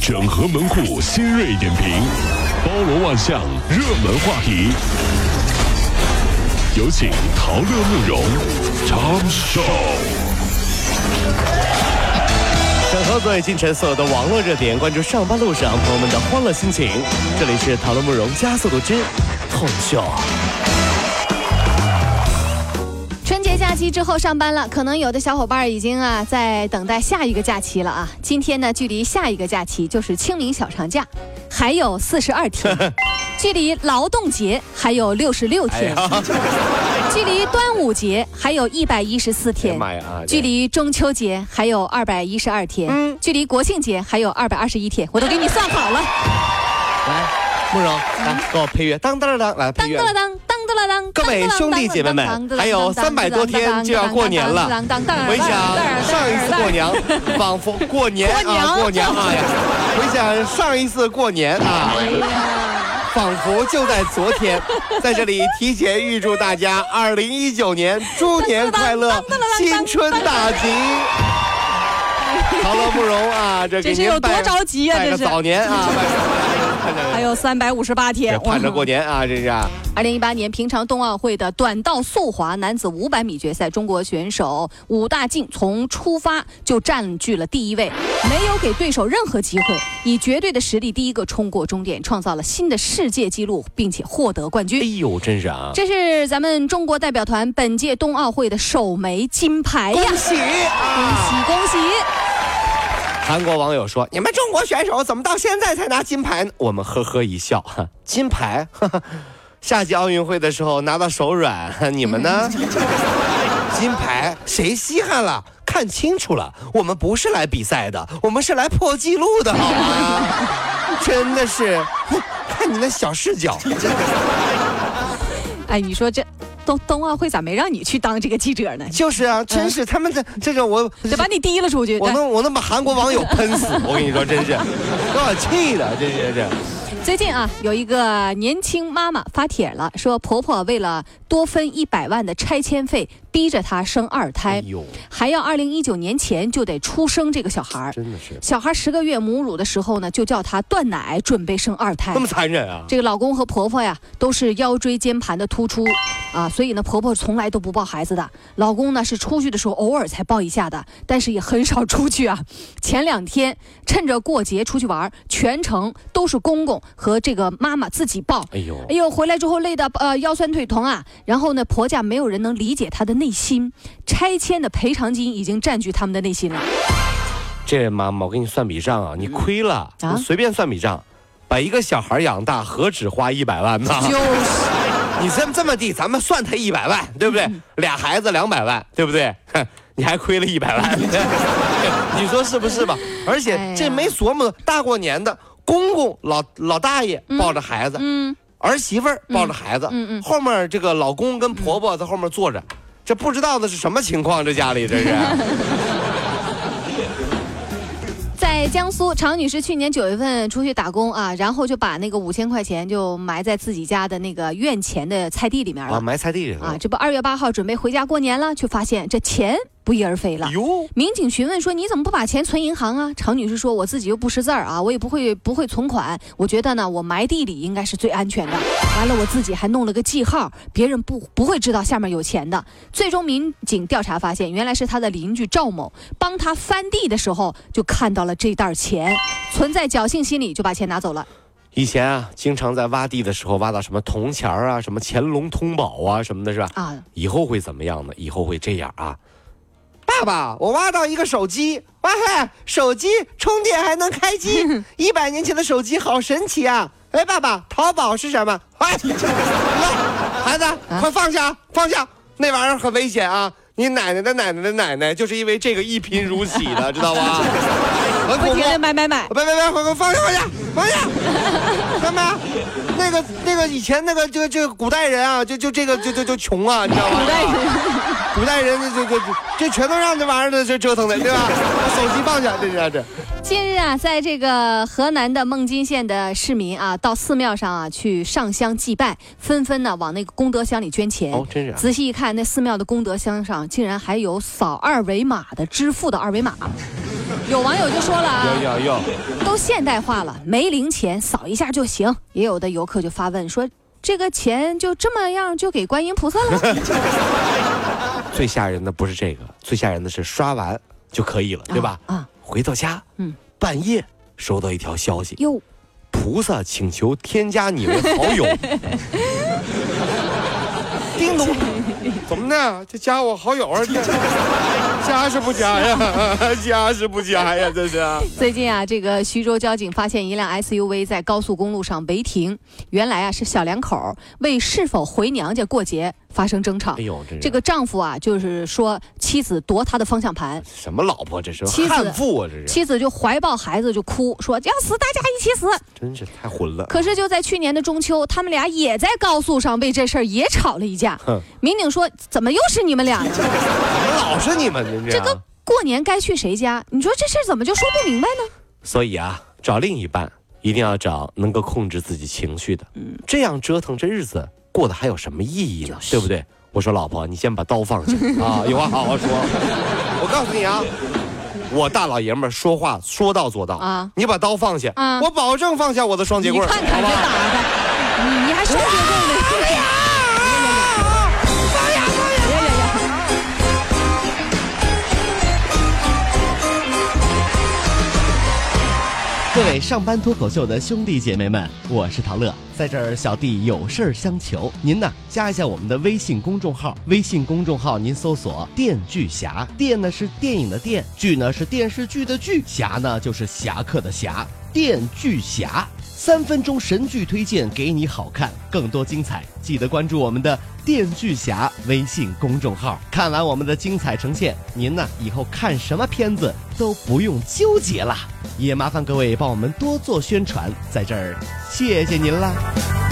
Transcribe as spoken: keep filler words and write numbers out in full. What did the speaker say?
整合门户新锐点评，包罗万象，热门话题。有请陶乐慕容 Tom Show。 整合最近晨所有的网络热点，关注上班路上朋友们的欢乐心情。这里是陶乐慕容加速度之 Tom Show。 春节假期之后上班了，可能有的小伙伴已经啊在等待下一个假期了啊。今天呢，距离下一个假期就是清明小长假，还有四十二天；距离劳动节还有六十六天；哎、距离端午节还有一百一十四天；哎啊、距离中秋节还有二百一十二天；嗯、距离国庆节还有二百二十一天。我都给你算好了。 来，慕容，来给我配乐，当当当，来配乐。当当当。各位兄弟姐妹们，还有三百多天就要过年了。回想上一次过年，仿佛过年啊，过年啊呀！回想上一次过年啊，仿佛就在昨天。在这里提前预祝大家二零一九年猪年快乐，新春大吉！陶乐慕容啊，这这是有多着急啊！ 这是早年啊， 还有三百五十八天， 盼着过年啊！这是。 二零一八年平常冬奥会的短道速滑男子五百米决赛，中国选手武大靖从出发就占据了第一位，没有给对手任何机会，以绝对的实力第一个冲过终点，创造了新的世界纪录，并且获得冠军。 哎呦，真是啊！ 这是咱们中国代表团本届冬奥会的首枚金牌呀！ 恭喜！ 恭喜恭喜！ 韩国网友说：“你们中国选手怎么到现在才拿金牌呢？”我们呵呵一笑，金牌，呵呵。夏季奥运会的时候拿到手软，你们呢？金牌谁稀罕了？看清楚了，我们不是来比赛的，我们是来破纪录的，好吗？真的是，看你那小视角。 哎，你说这冬冬奥会咋没让你去当这个记者呢？ 就是啊，真是、嗯、他们这这个我得把你提了出去， 我能我能把韩国网友喷死，我跟你说，真是给我气的，真是这。 最近啊，有一个年轻妈妈发帖了，说婆婆为了多分一百万的拆迁费，逼着她生二胎，哎、还要二零一九年前就得出生这个小孩。 真的是，小孩十个月母乳的时候呢，就叫她断奶，准备生二胎。 这么残忍啊！ 这个老公和婆婆呀，都是腰椎间盘的突出啊，所以呢，婆婆从来都不抱孩子的。老公呢是出去的时候偶尔才抱一下的，但是也很少出去啊。前两天趁着过节出去玩，全程都是公公和这个妈妈自己抱，哎呦，哎呦，回来之后累得呃腰酸腿疼啊。然后呢，婆家没有人能理解她的内心，拆迁的赔偿金已经占据他们的内心了。 这妈妈，我给你算笔账啊，你亏了，啊、我随便算笔账，把一个小孩养大，何止花一百万呢？就是，你这么这么地，咱们算他一百万，对不对？嗯、俩孩子两百万，对不对？你还亏了一百万，你说是不是吧？而且这没琢磨，大过年的。公公老老大爷抱着孩子，嗯，儿媳妇儿抱着孩子，嗯嗯，后面这个老公跟婆婆在后面坐着，这不知道的是什么情况？这家里这是。 在江苏，常女士去年九月份出去打工啊，然后就把那个五千块钱就埋在自己家的那个院前的菜地里面了。啊， 埋菜地里了啊！ 这不二月八号准备回家过年了，却发现这钱不翼而飞了。哟！民警询问说：“你怎么不把钱存银行啊？”常女士说：“我自己又不识字儿啊，我也不会不会存款。我觉得呢，我埋地里应该是最安全的。完了，我自己还弄了个记号，别人不不会知道下面有钱的。”最终，民警调查发现，原来是他的邻居赵某帮他翻地的时候就看到了这袋钱，存在侥幸心理，就把钱拿走了。 以前啊，经常在挖地的时候挖到什么铜钱啊、什么乾隆通宝啊什么的，是吧？啊，以后会怎么样呢？以后会这样啊。爸爸，我挖到一个手机，哇塞，手机充电还能开机，一百年前的手机好神奇啊！哎，爸爸，淘宝是什么？哎，孩子，啊、快放下，放下，那玩意儿很危险啊！你奶奶的奶奶的奶奶就是因为这个一贫如洗的，知道吧？ 不停的买买买， 别别别，快快放下放下放下！干嘛？那个那个以前那个这个这个古代人啊，就就这个就就就穷啊，你知道吗？古代人。 古代人这这这这全都让这玩意儿的这折腾的，对吧？把手机放下，这是这。 近日啊，在这个河南的孟津县的市民啊，到寺庙上啊去上香祭拜，纷纷呢往那个功德箱里捐钱。 哦，真是、啊。 仔细一看，那寺庙的功德箱上竟然还有扫二维码的支付的二维码。有网友就说了啊， 有有有，都现代化了，没零钱，扫一下就行。也有的游客就发问说，这个钱就这么样就给观音菩萨了？ 最吓人的不是这个，最吓人的是刷完就可以了，对吧？啊。啊回到家，嗯，半夜收到一条消息，哟，菩萨请求添加你为好友。叮咚，怎么呢？这加我好友啊？加是不加呀？加是不加呀？这是。 最近啊，这个徐州交警发现一辆 S U V 在高速公路上违停，原来啊是小两口为是否回娘家过节发生争吵。哎呦，这个丈夫啊，就是说妻子夺他的方向盘。 什么老婆？这是妻子悍妇啊！这是。 妻子就怀抱孩子就哭，说要死大家一起死。 真是太混了。 可是就在去年的中秋，他们俩也在高速上为这事儿也吵了一架。民警说：“怎么又是你们俩呢？怎么老是你们呢？ 这个过年该去谁家？你说这事儿怎么就说不明白呢？” 所以啊，找另一半一定要找能够控制自己情绪的，嗯，这样折腾这日子过得还有什么意义呢？就是、对不对？我说老婆，你先把刀放下啊，有话好好说。我告诉你啊，我大老爷们儿说话说到做到啊！你把刀放下，啊、我保证放下我的双截棍。 你看看这打扮，你你还双截棍呢？哎呀！放呀放呀！呀呀呀！ 各位上班脱口秀的兄弟姐妹们，我是陶乐，在这儿小弟有事儿相求，您呢加一下我们的微信公众号，微信公众号您搜索电锯侠，电呢是电影的电，剧呢是电视剧的剧，侠呢就是侠客的侠，电锯侠，三分钟神剧推荐给你好看，更多精彩记得关注我们的电锯侠微信公众号。看完我们的精彩呈现，您呢以后看什么片子都不用纠结了，也麻烦各位帮我们多做宣传，在这儿谢谢您啦。